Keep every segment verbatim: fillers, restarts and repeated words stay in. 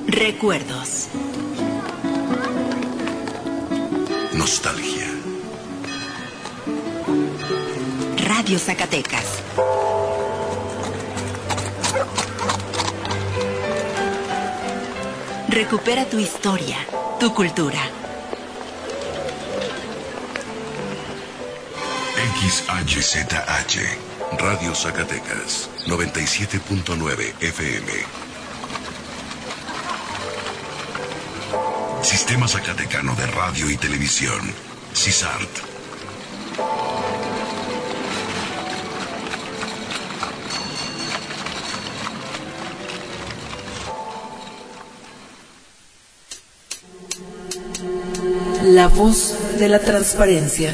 Recuerdos. Nostalgia. Radio Zacatecas. Recupera tu historia, tu cultura. X H Z H, Radio Zacatecas, noventa y siete punto nueve F M. Sistema Zacatecano de Radio y Televisión, CISART. La voz de la transparencia.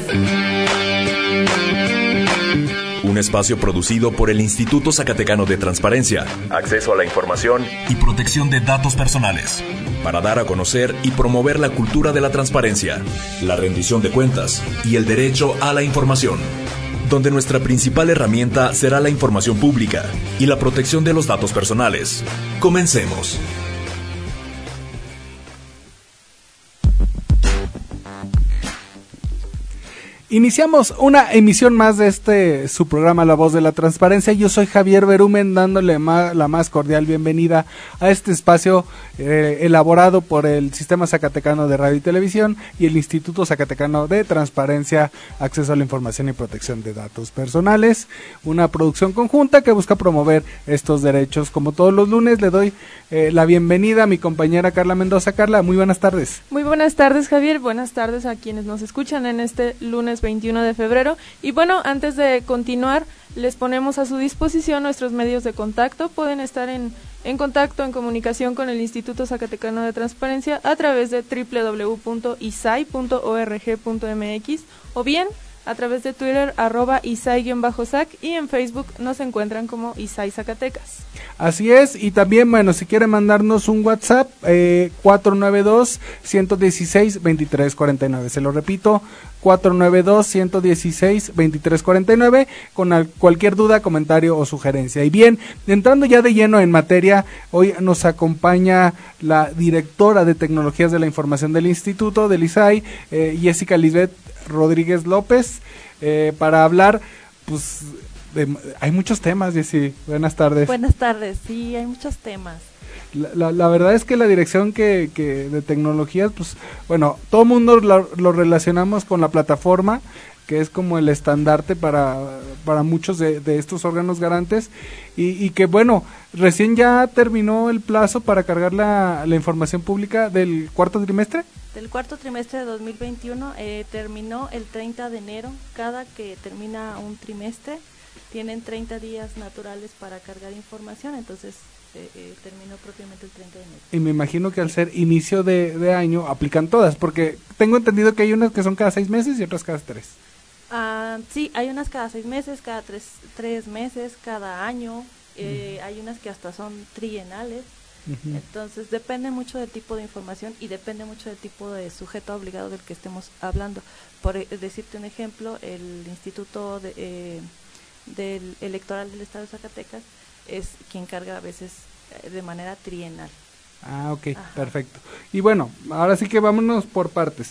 Un espacio producido por el Instituto Zacatecano de Transparencia, Acceso a la Información y Protección de Datos Personales, para dar a conocer y promover la cultura de la transparencia, la rendición de cuentas y el derecho a la información, donde nuestra principal herramienta será la información pública y la protección de los datos personales. Comencemos. Iniciamos una emisión más de este su programa La Voz de la Transparencia. Yo soy Javier Berumen, dándole ma, la más cordial bienvenida a este espacio eh, elaborado por el Sistema Zacatecano de Radio y Televisión y el Instituto Zacatecano de Transparencia, Acceso a la Información y Protección de Datos Personales, una producción conjunta que busca promover estos derechos. Como todos los lunes, le doy eh, la bienvenida a mi compañera Carla Mendoza. Carla, muy buenas tardes. Muy buenas tardes, Javier. Buenas tardes a quienes nos escuchan en este lunes veintiuno de febrero. Y bueno, antes de continuar, les ponemos a su disposición nuestros medios de contacto. Pueden estar en, en contacto, en comunicación con el Instituto Zacatecano de Transparencia a través de doble u doble u doble u punto i s a i punto org punto m x o bien a través de Twitter, arroba isai-sac, y en Facebook nos encuentran como Isai Zacatecas. Así es, y también, bueno, si quieren mandarnos un WhatsApp, eh, cuatro nueve dos, uno uno seis, dos tres cuatro nueve, se lo repito, cuatro nueve dos, uno uno seis, dos tres cuatro nueve, con al, cualquier duda, comentario o sugerencia. Y bien, entrando ya de lleno en materia, hoy nos acompaña la directora de Tecnologías de la Información del Instituto, del ISAI, eh, Jessica Lisbeth Rodríguez López, eh, para hablar, pues, de, hay muchos temas, Jessy. Buenas tardes. Buenas tardes, sí, hay muchos temas. La, la, la verdad es que la dirección que, que de tecnologías, pues, bueno, todo el mundo lo, lo relacionamos con la plataforma, que es como el estandarte para, para muchos de, de estos órganos garantes, y, y que, bueno, recién ya terminó el plazo para cargar la, la información pública del cuarto trimestre. Del cuarto trimestre de dos mil veintiuno, eh, terminó el treinta de enero. Cada que termina un trimestre, tienen treinta días naturales para cargar información, entonces eh, eh, terminó propiamente el treinta de enero. Y me imagino que al ser inicio de, de año, aplican todas, porque tengo entendido que hay unas que son cada seis meses y otras cada tres. Ah, sí, hay unas cada seis meses, cada tres, tres meses, cada año, eh, uh-huh. Hay unas que hasta son trienales. Uh-huh. Entonces depende mucho del tipo de información y depende mucho del tipo de sujeto obligado del que estemos hablando. Por eh, decirte un ejemplo, el Instituto de, eh, del Electoral del Estado de Zacatecas es quien carga a veces eh, de manera trienal. Ah, ok, ajá, perfecto. Y bueno, ahora sí que vámonos por partes.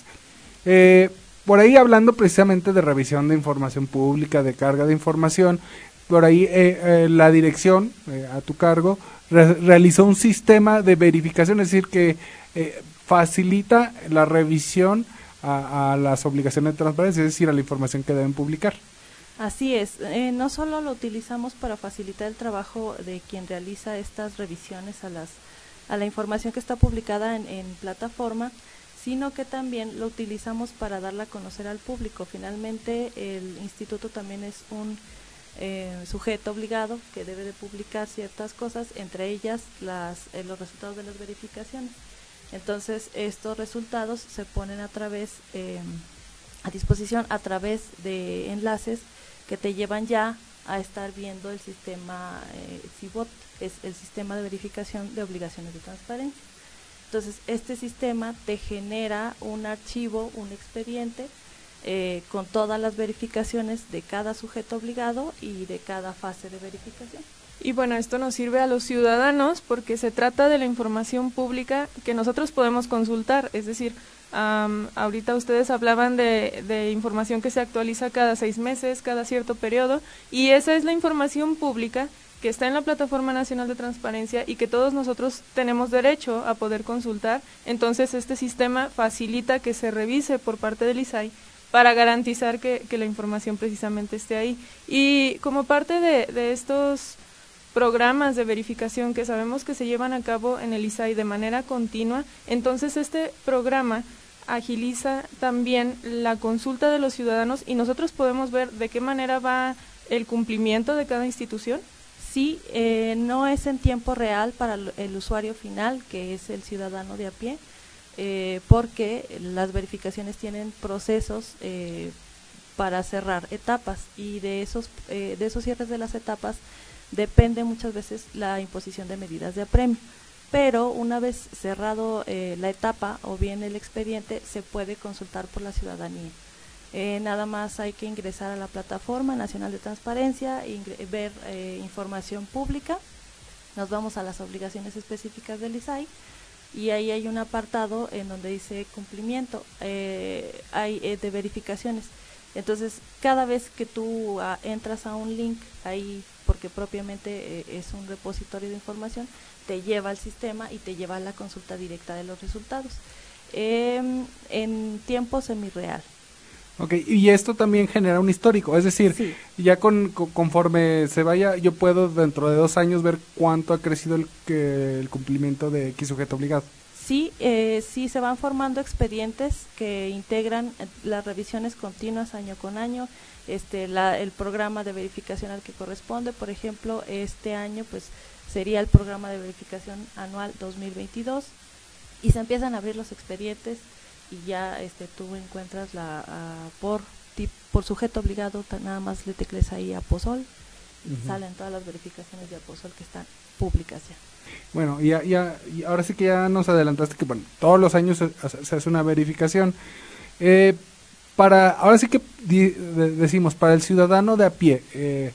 Eh, por ahí hablando precisamente de revisión de información pública, de carga de información, por ahí eh, eh, la dirección eh, a tu cargo re- realizó un sistema de verificación, es decir, que eh, facilita la revisión a, a las obligaciones de transparencia, es decir, a la información que deben publicar. Así es, eh, no solo lo utilizamos para facilitar el trabajo de quien realiza estas revisiones a las a la información que está publicada en, en plataforma, sino que también lo utilizamos para darla a conocer al público. Finalmente, el instituto también es un Eh, sujeto obligado que debe de publicar ciertas cosas, entre ellas las eh, los resultados de las verificaciones. Entonces estos resultados se ponen a través eh, a disposición a través de enlaces que te llevan ya a estar viendo el sistema eh, C I B O T, es el sistema de verificación de obligaciones de transparencia. Entonces este sistema te genera un archivo, un expediente Eh, con todas las verificaciones de cada sujeto obligado y de cada fase de verificación. Y bueno, esto nos sirve a los ciudadanos porque se trata de la información pública que nosotros podemos consultar, es decir, um, ahorita ustedes hablaban de, de información que se actualiza cada seis meses, cada cierto periodo, y esa es la información pública que está en la Plataforma Nacional de Transparencia y que todos nosotros tenemos derecho a poder consultar. Entonces este sistema facilita que se revise por parte del I S A I para garantizar que, que la información precisamente esté ahí. Y como parte de, de estos programas de verificación que sabemos que se llevan a cabo en el I S A I de manera continua, entonces este programa agiliza también la consulta de los ciudadanos y nosotros podemos ver de qué manera va el cumplimiento de cada institución. Sí, eh, no es en tiempo real para el usuario final, que es el ciudadano de a pie, eh, porque las verificaciones tienen procesos eh, para cerrar etapas y de esos, eh, de esos cierres de las etapas depende muchas veces la imposición de medidas de apremio. Pero una vez cerrado eh, la etapa o bien el expediente, se puede consultar por la ciudadanía. Eh, nada más hay que ingresar a la Plataforma Nacional de Transparencia, ver eh, información pública, nos vamos a las obligaciones específicas del I S A I y ahí hay un apartado en donde dice cumplimiento, eh, hay eh, de verificaciones. Entonces, cada vez que tú uh, entras a un link ahí, porque propiamente eh, es un repositorio de información, te lleva al sistema y te lleva a la consulta directa de los resultados eh, en tiempo semirreal. Ok, y esto también genera un histórico, es decir, Sí. ya con, con- conforme se vaya, yo puedo dentro de dos años ver cuánto ha crecido el, que, el cumplimiento de X sujeto obligado. Sí, eh, sí se van formando expedientes que integran eh, las revisiones continuas año con año, este, la, el programa de verificación al que corresponde. Por ejemplo, este año pues sería el programa de verificación anual dos mil veintidós y se empiezan a abrir los expedientes y ya este tú encuentras la uh, por tip, por sujeto obligado, ta, nada más le tecles ahí a Apozol y Ujú. salen todas las verificaciones de Apozol que están públicas ya. Bueno, y, ya, ya, y ahora sí que ya nos adelantaste que bueno, todos los años se, se hace una verificación. Eh, para, ahora sí que di- de- decimos, para el ciudadano de a pie, eh,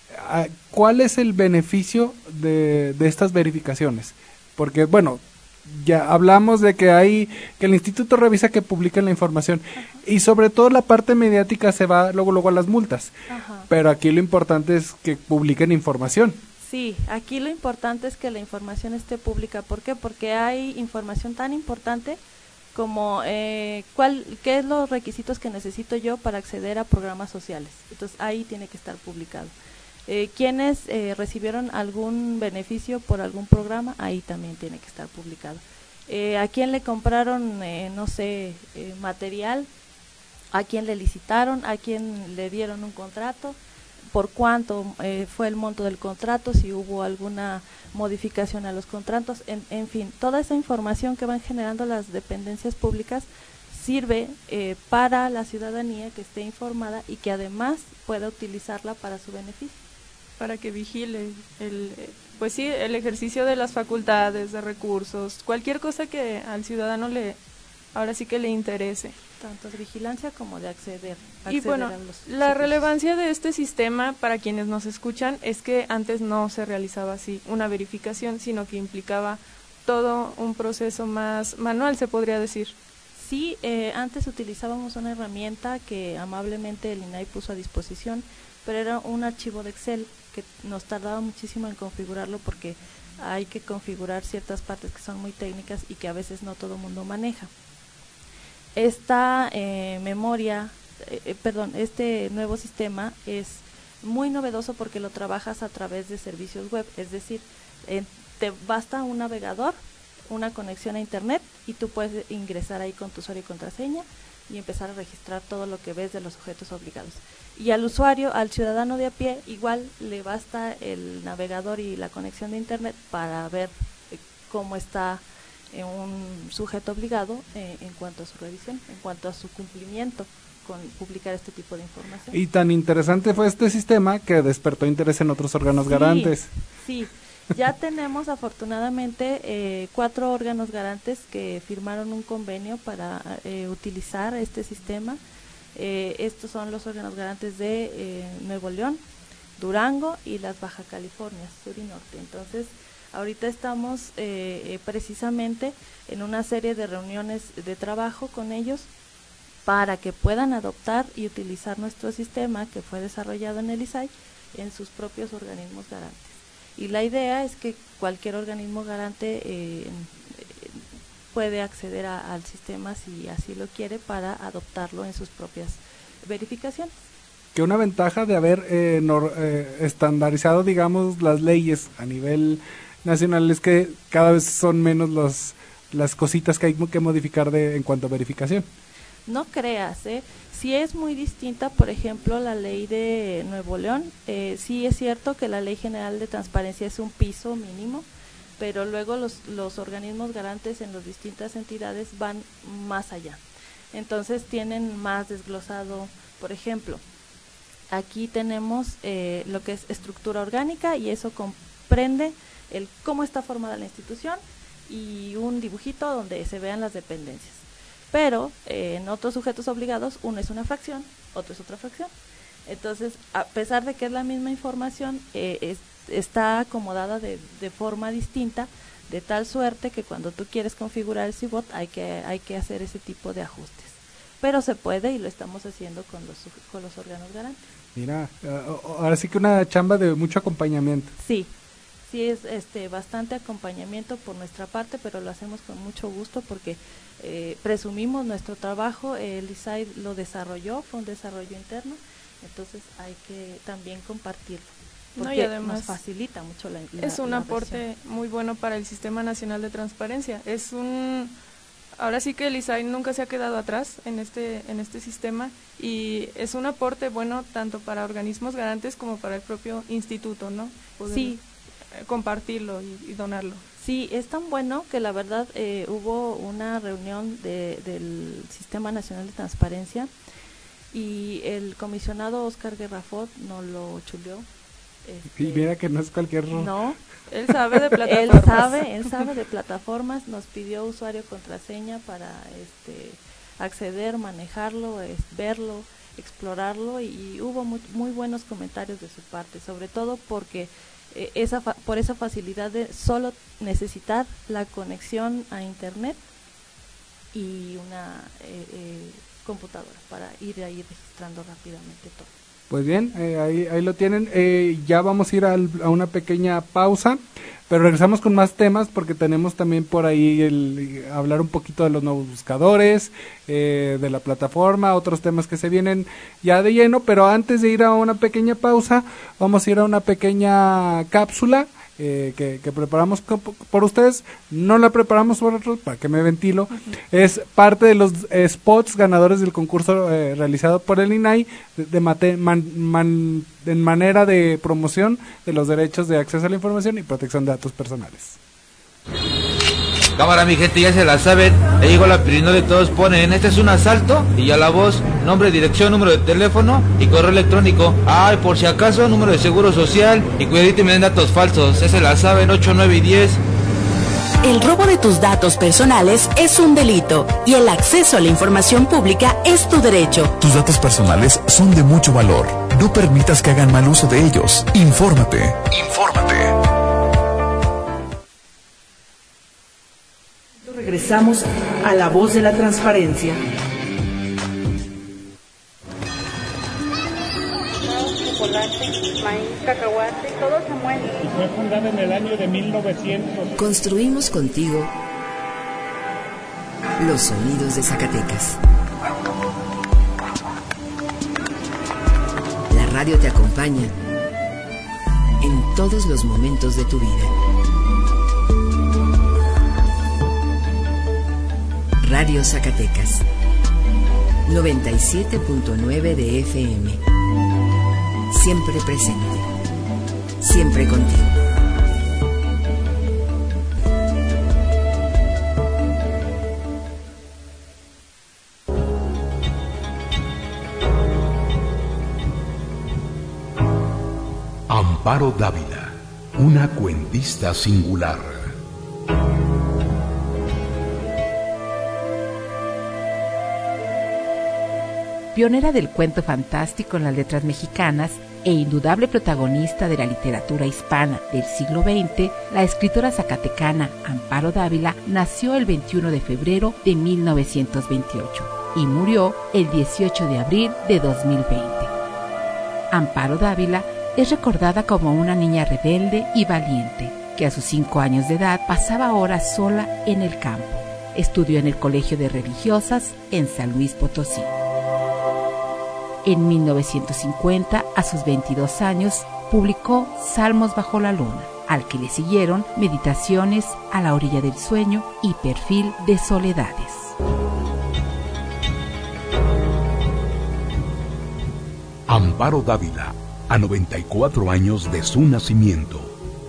a- ¿cuál es el beneficio de, de estas verificaciones? Porque, bueno, ya hablamos de que hay, que el instituto revisa que publiquen la información. Ajá. Y sobre todo la parte mediática se va luego, luego a las multas. Ajá. Pero aquí lo importante es que publiquen información. Sí, aquí lo importante es que la información esté pública. ¿Por qué? Porque hay información tan importante como eh, cuál, qué es los requisitos que necesito yo para acceder a programas sociales. Entonces ahí tiene que estar publicado. Eh, quienes eh, recibieron algún beneficio por algún programa, ahí también tiene que estar publicado. Eh, a quién le compraron, eh, no sé, eh, material, a quién le licitaron, a quién le dieron un contrato, por cuánto eh, fue el monto del contrato, si hubo alguna modificación a los contratos, en, en fin, toda esa información que van generando las dependencias públicas sirve eh, para la ciudadanía que esté informada y que además pueda utilizarla para su beneficio. Para que vigile el, pues sí, el ejercicio de las facultades, de recursos, cualquier cosa que al ciudadano le, ahora sí que le interese. Tanto de vigilancia como de acceder. acceder Y bueno, a los la servicios. relevancia de este sistema para quienes nos escuchan es que antes no se realizaba así una verificación, sino que implicaba todo un proceso más manual, se podría decir. Sí, eh, antes utilizábamos una herramienta que amablemente el I N A I puso a disposición, pero era un archivo de Excel que nos tardaba muchísimo en configurarlo porque hay que configurar ciertas partes que son muy técnicas y que a veces no todo el mundo maneja. Esta eh, memoria, eh, perdón, este nuevo sistema es muy novedoso porque lo trabajas a través de servicios web, es decir, eh, te basta un navegador, una conexión a internet y tú puedes ingresar ahí con tu usuario y contraseña y empezar a registrar todo lo que ves de los sujetos obligados. Y al usuario, al ciudadano de a pie, igual le basta el navegador y la conexión de internet para ver eh, cómo está eh, un sujeto obligado eh, en cuanto a su revisión, en cuanto a su cumplimiento con publicar este tipo de información. Y tan interesante fue este sistema que despertó interés en otros órganos Sí, garantes. Sí, ya tenemos afortunadamente eh, cuatro órganos garantes que firmaron un convenio para eh, utilizar este sistema. Eh, estos son los órganos garantes de eh, Nuevo León, Durango y las Baja Californias, sur y norte. Entonces, ahorita estamos eh, eh, precisamente en una serie de reuniones de trabajo con ellos para que puedan adoptar y utilizar nuestro sistema que fue desarrollado en el I S A I en sus propios organismos garantes. Y la idea es que cualquier organismo garante eh, puede acceder a, al sistema si así lo quiere para adoptarlo en sus propias verificaciones. Que una ventaja de haber eh, nor, eh, estandarizado, digamos, las leyes a nivel nacional es que cada vez son menos los, las cositas que hay que modificar de, en cuanto a verificación. No creas, ¿eh? Sí es muy distinta, por ejemplo, la ley de Nuevo León. Eh, sí es cierto que la Ley General de Transparencia es un piso mínimo, pero luego los, los organismos garantes en las distintas entidades van más allá. Entonces tienen más desglosado, por ejemplo, aquí tenemos eh, lo que es estructura orgánica y eso comprende el cómo está formada la institución y un dibujito donde se vean las dependencias. Pero eh, en otros sujetos obligados, uno es una fracción, otro es otra fracción. Entonces, a pesar de que es la misma información, eh, es, está acomodada de, de forma distinta, de tal suerte que cuando tú quieres configurar el C I B O T hay que, hay que hacer ese tipo de ajustes. Pero se puede y lo estamos haciendo con los, con los órganos garantes. Mira, uh, ahora sí que una chamba de mucho acompañamiento. Sí. Sí es este bastante acompañamiento por nuestra parte, pero lo hacemos con mucho gusto porque eh, presumimos nuestro trabajo, el I S A I lo desarrolló, fue un desarrollo interno, entonces hay que también compartirlo, porque no, y además nos facilita mucho la, la es un la aporte versión. Muy bueno para el Sistema Nacional de Transparencia. Es un ahora sí que el I S A I nunca se ha quedado atrás en este en este sistema y es un aporte bueno tanto para organismos garantes como para el propio instituto, ¿no? Poder sí. compartirlo y, y donarlo. Sí, es tan bueno que la verdad eh, hubo una reunión de, del Sistema Nacional de Transparencia y el comisionado Oscar Guerrafort nos lo chuleó. Este, y mira que no es cualquier... No, él sabe de plataformas. él sabe, él sabe de plataformas, nos pidió usuario contraseña para este acceder, manejarlo, es, verlo, explorarlo y, y hubo muy, muy buenos comentarios de su parte, sobre todo porque Esa fa por esa facilidad de solo necesitar la conexión a internet y una eh, eh, computadora para ir ahí registrando rápidamente todo. Pues bien, eh, ahí, ahí lo tienen. Eh, ya vamos a ir al, a una pequeña pausa, pero regresamos con más temas porque tenemos también por ahí el hablar un poquito de los nuevos buscadores, eh, de la plataforma, otros temas que se vienen ya de lleno, pero antes de ir a una pequeña pausa, vamos a ir a una pequeña cápsula eh, que, que preparamos por ustedes. No la preparamos por otros, para que me ventilo. Uh-huh. Es parte de los eh, spots ganadores del concurso eh, realizado por el I N A I de, de mate, man, man, en manera de promoción de los derechos de acceso a la información y protección de datos personales. Cámara, mi gente, ya se la saben. Ahí llegó la pirino de todos ponen. Este es un asalto y ya la voz, nombre, dirección, número de teléfono y correo electrónico. Ay, por si acaso, número de seguro social y cuidadito y me den datos falsos. Ya se la saben, ocho, nueve y diez. El robo de tus datos personales es un delito y el acceso a la información pública es tu derecho. Tus datos personales son de mucho valor. No permitas que hagan mal uso de ellos. Infórmate. Infórmate. Regresamos a La Voz de la Transparencia. Chocolate, maíz, cacahuate, todo se mueve. Fue fundada en el año de mil novecientos. Construimos contigo los sonidos de Zacatecas. La radio te acompaña en todos los momentos de tu vida. Radio Zacatecas, noventa y siete punto nueve de F M. Siempre presente, siempre contigo. Amparo Dávila, una cuentista singular. Pionera del cuento fantástico en las letras mexicanas, e indudable protagonista de la literatura hispana del siglo veinte, la escritora zacatecana Amparo Dávila nació el veintiuno de febrero de mil novecientos veintiocho y murió el dieciocho de abril de dos mil veinte. Amparo Dávila es recordada como una niña rebelde y valiente, que a sus cinco años de edad pasaba horas sola en el campo. Estudió en el Colegio de Religiosas en San Luis Potosí. En mil novecientos cincuenta, a sus veintidós años, publicó Salmos bajo la luna, al que le siguieron Meditaciones a la orilla del sueño y Perfil de soledades. Amparo Dávila, a noventa y cuatro años de su nacimiento.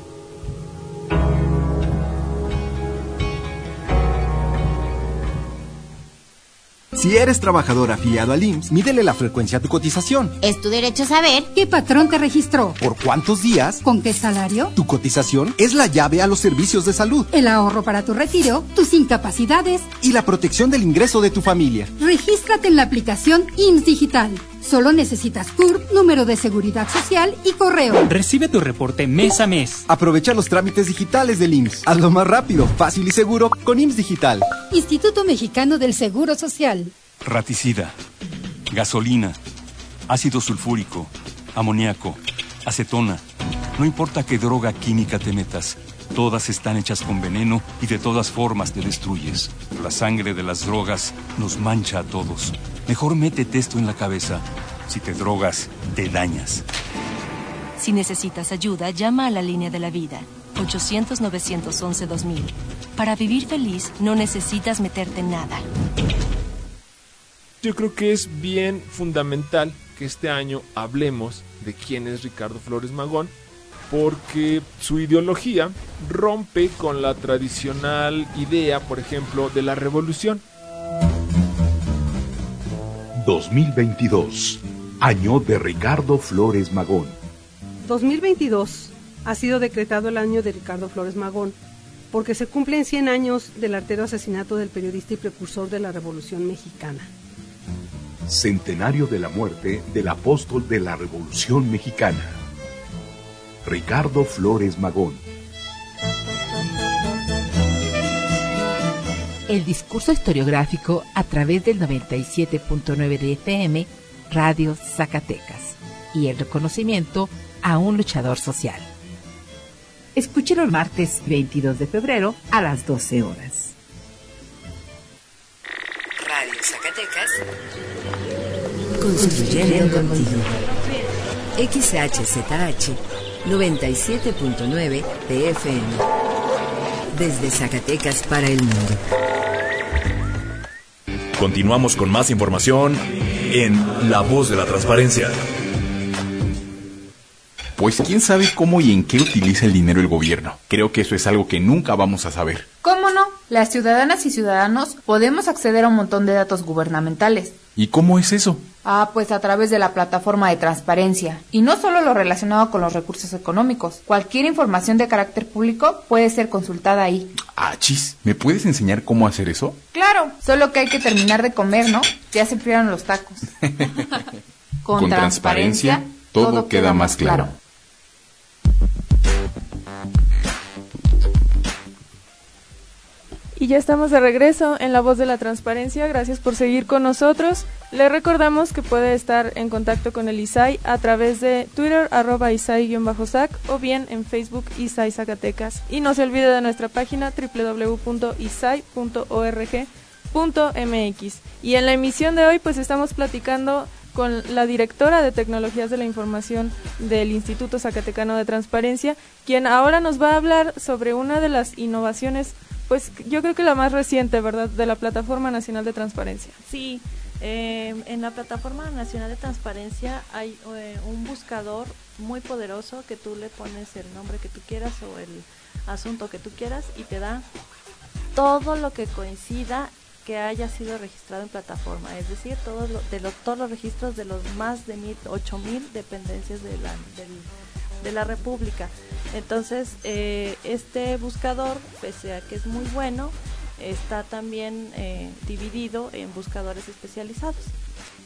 Si eres trabajador afiliado al I M S S, mídele la frecuencia a tu cotización. Es tu derecho saber qué patrón te registró, por cuántos días, con qué salario. Tu cotización es la llave a los servicios de salud, el ahorro para tu retiro, tus incapacidades y la protección del ingreso de tu familia. Regístrate en la aplicación I M S S Digital. Solo necesitas C U R P, número de seguridad social y correo. Recibe tu reporte mes a mes. Aprovecha los trámites digitales del I M S S. Hazlo más rápido, fácil y seguro con I M S S Digital. Instituto Mexicano del Seguro Social. Raticida, gasolina, ácido sulfúrico, amoníaco, acetona. No importa qué droga química te metas, todas están hechas con veneno y de todas formas te destruyes. La sangre de las drogas nos mancha a todos. Mejor métete esto en la cabeza. Si te drogas, te dañas. Si necesitas ayuda, llama a la línea de la vida, ochocientos, novecientos once, dos mil. Para vivir feliz, no necesitas meterte en nada. Yo creo que es bien fundamental que este año hablemos de quién es Ricardo Flores Magón, porque su ideología rompe con la tradicional idea, por ejemplo, de la revolución. dos mil veintidós, año de Ricardo Flores Magón. dos mil veintidós ha sido decretado el año de Ricardo Flores Magón, porque se cumplen cien años del artero asesinato del periodista y precursor de la Revolución Mexicana. Centenario de la muerte del apóstol de la Revolución Mexicana, Ricardo Flores Magón. El discurso historiográfico a través del noventa y siete punto nueve de F M, Radio Zacatecas, y el reconocimiento a un luchador social. Escúchelo el martes veintidós de febrero a las doce horas. Radio Zacatecas, construyendo contigo. X H Z H noventa y siete punto nueve de F M. Desde Zacatecas para el mundo. Continuamos con más información en La Voz de la Transparencia. Pues quién sabe cómo y en qué utiliza el dinero el gobierno. Creo que eso es algo que nunca vamos a saber. ¿Cómo no? Las ciudadanas y ciudadanos podemos acceder a un montón de datos gubernamentales. ¿Y cómo es eso? Ah, pues a través de la plataforma de transparencia. Y no solo lo relacionado con los recursos económicos. Cualquier información de carácter público puede ser consultada ahí. Ah, chis, ¿me puedes enseñar cómo hacer eso? Claro, solo que hay que terminar de comer, ¿no? Ya se enfriaron los tacos. Con, con transparencia, transparencia todo, todo queda, queda más claro. claro. Y ya estamos de regreso en La Voz de la Transparencia. Gracias por seguir con nosotros. Le recordamos que puede estar en contacto con el I S A I a través de Twitter, arroba isai-sac, o bien en Facebook I S A I Zacatecas. Y no se olvide de nuestra página doble u doble u doble u punto isai punto org punto m x. Y en la emisión de hoy pues estamos platicando con la directora de Tecnologías de la Información del Instituto Zacatecano de Transparencia, quien ahora nos va a hablar sobre una de las innovaciones, pues yo creo que la más reciente, ¿verdad?, de la Plataforma Nacional de Transparencia. Sí, eh, en la Plataforma Nacional de Transparencia hay eh, un buscador muy poderoso que tú le pones el nombre que tú quieras o el asunto que tú quieras y te da todo lo que coincida que haya sido registrado en plataforma, es decir, todos lo, de lo, todos los registros de los más de mil, ocho mil dependencias de la, del, de la República. Entonces, eh, este buscador, pese a que es muy bueno, está también eh, dividido en buscadores especializados.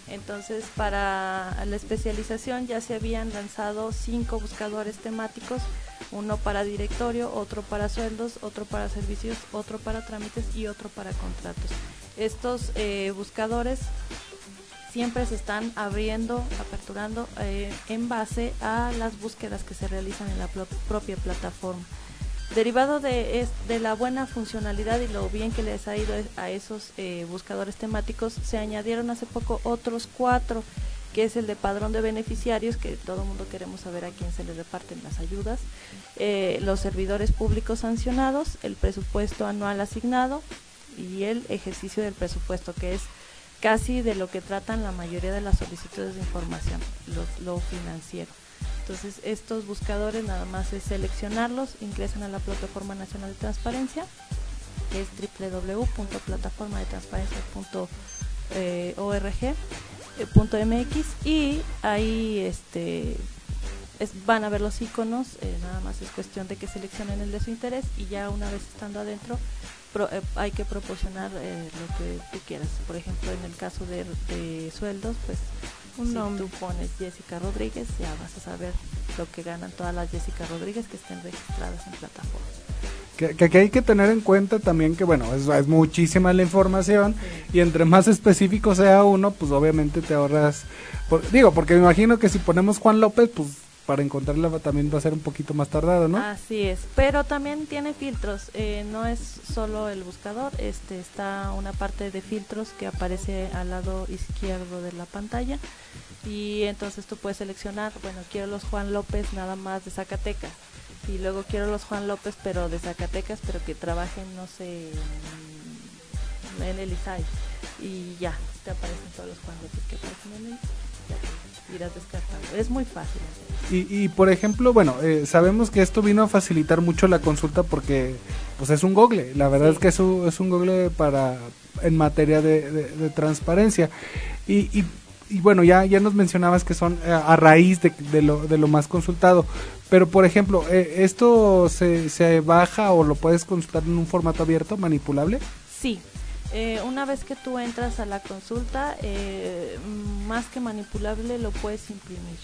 Entonces, para la especialización ya se habían lanzado cinco buscadores temáticos, uno para directorio, otro para sueldos, otro para servicios, otro para trámites y otro para contratos. Estos eh, buscadores siempre se están abriendo, aperturando eh, en base a las búsquedas que se realizan en la pro- propia plataforma. Derivado de, es, de la buena funcionalidad y lo bien que les ha ido a esos eh, buscadores temáticos, se añadieron hace poco otros cuatro, que es el de padrón de beneficiarios, que todo el mundo queremos saber a quién se le reparten las ayudas, eh, los servidores públicos sancionados, el presupuesto anual asignado y el ejercicio del presupuesto, que es casi de lo que tratan la mayoría de las solicitudes de información, lo, lo financiero. Entonces, estos buscadores nada más es seleccionarlos, ingresan a la Plataforma Nacional de Transparencia, que es doble u doble u doble u punto plataforma de transparencia punto org punto m x, y ahí este es, van a ver los iconos, eh, nada más es cuestión de que seleccionen el de su interés y ya una vez estando adentro pro, eh, hay que proporcionar eh, lo que tú quieras. Por ejemplo, en el caso de, de sueldos, pues un si nombre. Tú pones Jessica Rodríguez, ya vas a saber lo que ganan todas las Jessica Rodríguez que estén registradas en plataforma. Que, que aquí hay que tener en cuenta también que, bueno, es, es muchísima la información, sí. Y entre más específico sea uno, pues obviamente te ahorras, por, digo, porque me imagino que si ponemos Juan López, pues para encontrarla también va a ser un poquito más tardado, ¿no? Así es, pero también tiene filtros, eh, no es solo el buscador, este está una parte de filtros que aparece al lado izquierdo de la pantalla, y entonces tú puedes seleccionar, bueno, quiero los Juan López nada más de Zacatecas, y luego quiero los Juan López pero de Zacatecas, pero que trabajen, no sé, en, en el I S A I, y ya, te aparecen todos los Juan López que aparecen en el I S A I, ya te irás descartando, es muy fácil. Y, y por ejemplo, bueno, eh, sabemos que esto vino a facilitar mucho la consulta porque pues es un Google, la verdad sí. es que es un, es un Google para en materia de, de, de transparencia, y, y, y bueno, ya, ya nos mencionabas que son a, a raíz de, de, lo, de lo más consultado, pero por ejemplo, eh, ¿esto se, se baja o lo puedes consultar en un formato abierto, manipulable? Sí. Eh, una vez que tú entras a la consulta, eh, más que manipulable lo puedes imprimir.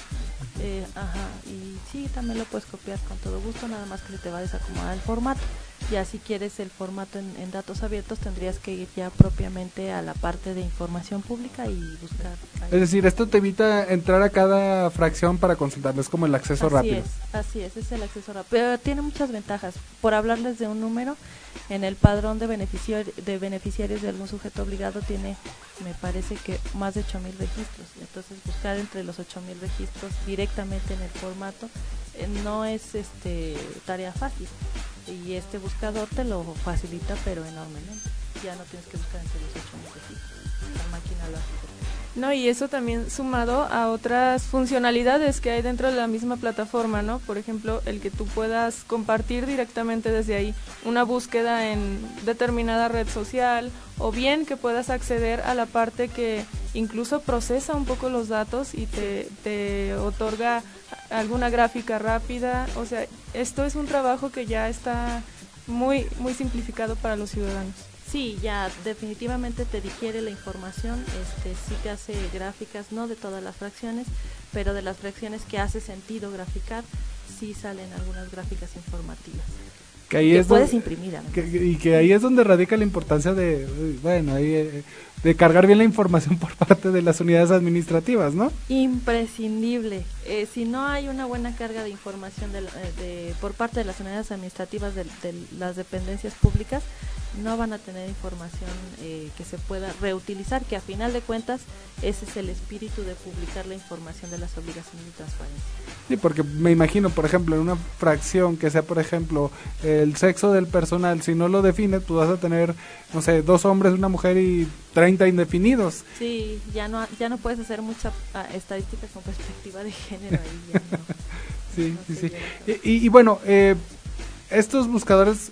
Eh, ajá, y sí, también lo puedes copiar con todo gusto, nada más que se te va a desacomodar el formato. Ya si quieres el formato en, en datos abiertos, tendrías que ir ya propiamente a la parte de información pública y buscar ahí. Es decir, esto te evita entrar a cada fracción para consultarlo, es como el acceso así rápido. Es, así es, es el acceso rápido, pero tiene muchas ventajas. Por hablarles de un número, en el padrón de, beneficiar, de beneficiarios de algún sujeto obligado tiene, me parece que más de ocho mil registros, entonces buscar entre los ocho mil registros directamente en el formato eh, no es este tarea fácil, y este buscador te lo facilita pero enormemente, ya no tienes que buscar entre los ocho mil registros, la máquina lo hace. No, y eso también sumado a otras funcionalidades que hay dentro de la misma plataforma, ¿no? Por ejemplo, el que tú puedas compartir directamente desde ahí una búsqueda en determinada red social, o bien que puedas acceder a la parte que incluso procesa un poco los datos y te, te otorga alguna gráfica rápida. O sea, esto es un trabajo que ya está muy, muy simplificado para los ciudadanos. Sí, ya definitivamente te digiere la información, este sí te hace gráficas, no de todas las fracciones, pero de las fracciones que hace sentido graficar, sí salen algunas gráficas informativas. Que, ahí que es puedes donde, imprimir. Que, y que ahí es donde radica la importancia de, bueno, ahí, de cargar bien la información por parte de las unidades administrativas, ¿no? Imprescindible. Eh, si no hay una buena carga de información de, de, por parte de las unidades administrativas de, de las dependencias públicas, no van a tener información eh, que se pueda reutilizar, que a final de cuentas ese es el espíritu de publicar la información de las obligaciones de transparencia. Sí, porque me imagino, por ejemplo, en una fracción que sea, por ejemplo, el sexo del personal, si no lo defines, pues vas a tener, no sé, dos hombres, una mujer y treinta indefinidos. Sí, ya no ya no puedes hacer mucha uh, estadística con perspectiva de género ahí. Ya no, sí, no sí, sí. Y, y, y bueno, eh, estos buscadores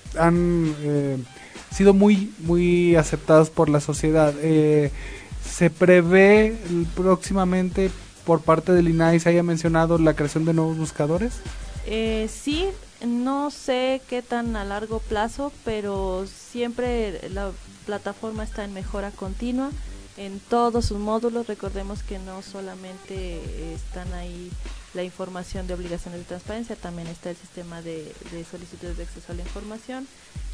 han eh, sido muy muy aceptados por la sociedad. Eh, se prevé próximamente por parte del I N A I se haya mencionado la creación de nuevos buscadores. Eh, sí, no sé qué tan a largo plazo, pero siempre la plataforma está en mejora continua. en todos sus módulos. Recordemos que no solamente están ahí la información de obligaciones de transparencia, también está el sistema de, de solicitudes de acceso a la información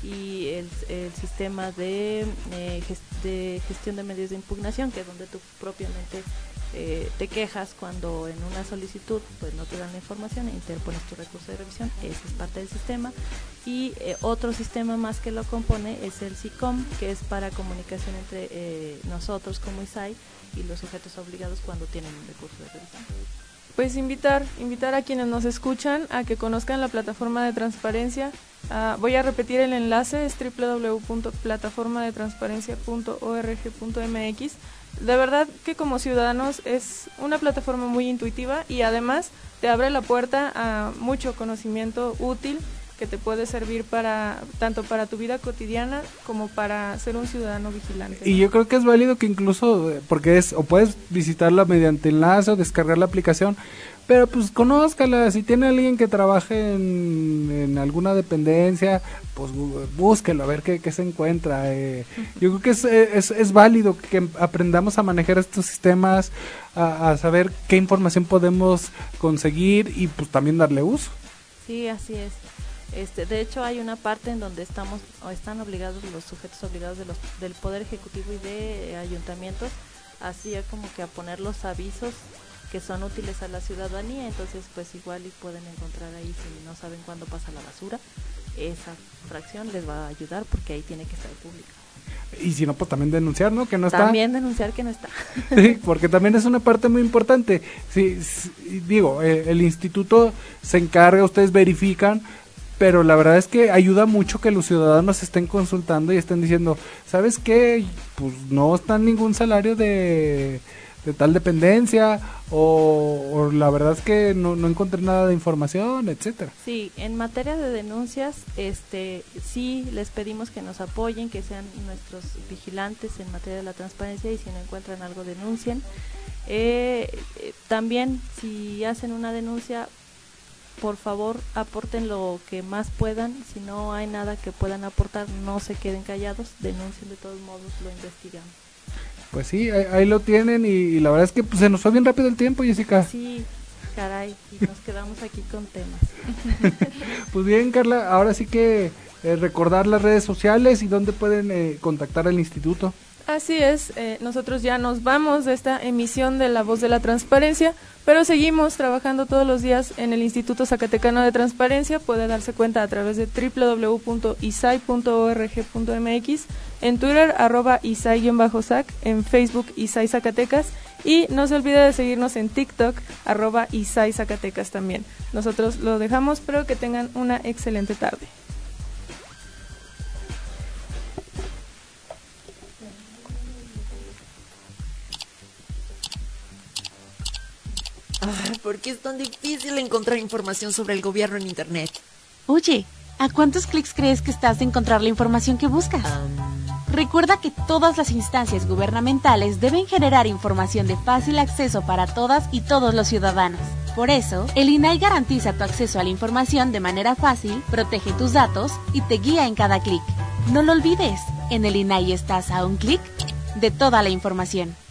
y el, el sistema de, eh, gest, de gestión de medios de impugnación, que es donde tú propiamente eh, te quejas cuando en una solicitud pues no te dan la información e interpones tu recurso de revisión. Ese es parte del sistema. Y eh, otro sistema más que lo compone es el SICOM, que es para comunicación entre eh, nosotros como I S A I y los sujetos obligados cuando tienen un recurso de revisión. Pues invitar, invitar a quienes nos escuchan a que conozcan la plataforma de transparencia. Uh, voy a repetir el enlace, es doble u doble u doble u punto plataforma de transparencia punto org punto m x. De verdad que como ciudadanos es una plataforma muy intuitiva y además te abre la puerta a mucho conocimiento útil que te puede servir para tanto para tu vida cotidiana como para ser un ciudadano vigilante. Y yo creo que es válido que incluso, porque es, o puedes visitarla mediante enlace o descargar la aplicación, pero pues conózcala, si tiene alguien que trabaje en, en alguna dependencia, pues búsquelo a ver qué, qué se encuentra. Eh, yo creo que es, es, es válido que aprendamos a manejar estos sistemas, a, a saber qué información podemos conseguir y pues también darle uso. Sí, así es. Este, de hecho hay una parte en donde estamos o están obligados los sujetos obligados de los, del Poder Ejecutivo y de eh, ayuntamientos, así como que a poner los avisos que son útiles a la ciudadanía. Entonces pues igual y pueden encontrar ahí, si no saben cuándo pasa la basura, esa fracción les va a ayudar porque ahí tiene que estar pública. Y si no, pues también denunciar, ¿no? Que no está. También denunciar que no está. Sí, porque también es una parte muy importante. Sí, sí, digo, eh, el instituto se encarga, ustedes verifican, pero la verdad es que ayuda mucho que los ciudadanos estén consultando y estén diciendo, ¿sabes qué? Pues no está ningún salario de, de tal dependencia, o, o la verdad es que no, no encontré nada de información, etcétera. Sí, en materia de denuncias, este, sí les pedimos que nos apoyen, que sean nuestros vigilantes en materia de la transparencia, y si no encuentran algo, denuncien. Eh, eh, también, si hacen una denuncia, por favor aporten lo que más puedan. Si no hay nada que puedan aportar, no se queden callados, denuncien, de todos modos lo investigamos. Pues sí, ahí, ahí lo tienen, y, y la verdad es que pues, se nos fue bien rápido el tiempo, Jessica. Sí, caray, y nos quedamos aquí con temas. Pues bien, Carla, ahora sí que eh, recordar las redes sociales y dónde pueden eh, contactar al instituto. Así es, eh, nosotros ya nos vamos de esta emisión de La Voz de la Transparencia, pero seguimos trabajando todos los días en el Instituto Zacatecano de Transparencia. Puede darse cuenta a través de doble u doble u doble u punto i s a i punto org punto m x, en Twitter, arroba isai-sac, en Facebook Isai Zacatecas, y no se olvide de seguirnos en TikTok, arroba Isai Zacatecas también. Nosotros lo dejamos, pero que tengan una excelente tarde. Ay, ¿por qué es tan difícil encontrar información sobre el gobierno en Internet? Oye, ¿a cuántos clics crees que estás de encontrar la información que buscas? Um... Recuerda que todas las instancias gubernamentales deben generar información de fácil acceso para todas y todos los ciudadanos. Por eso, el I N A I garantiza tu acceso a la información de manera fácil, protege tus datos y te guía en cada clic. No lo olvides, en el I N A I estás a un clic de toda la información.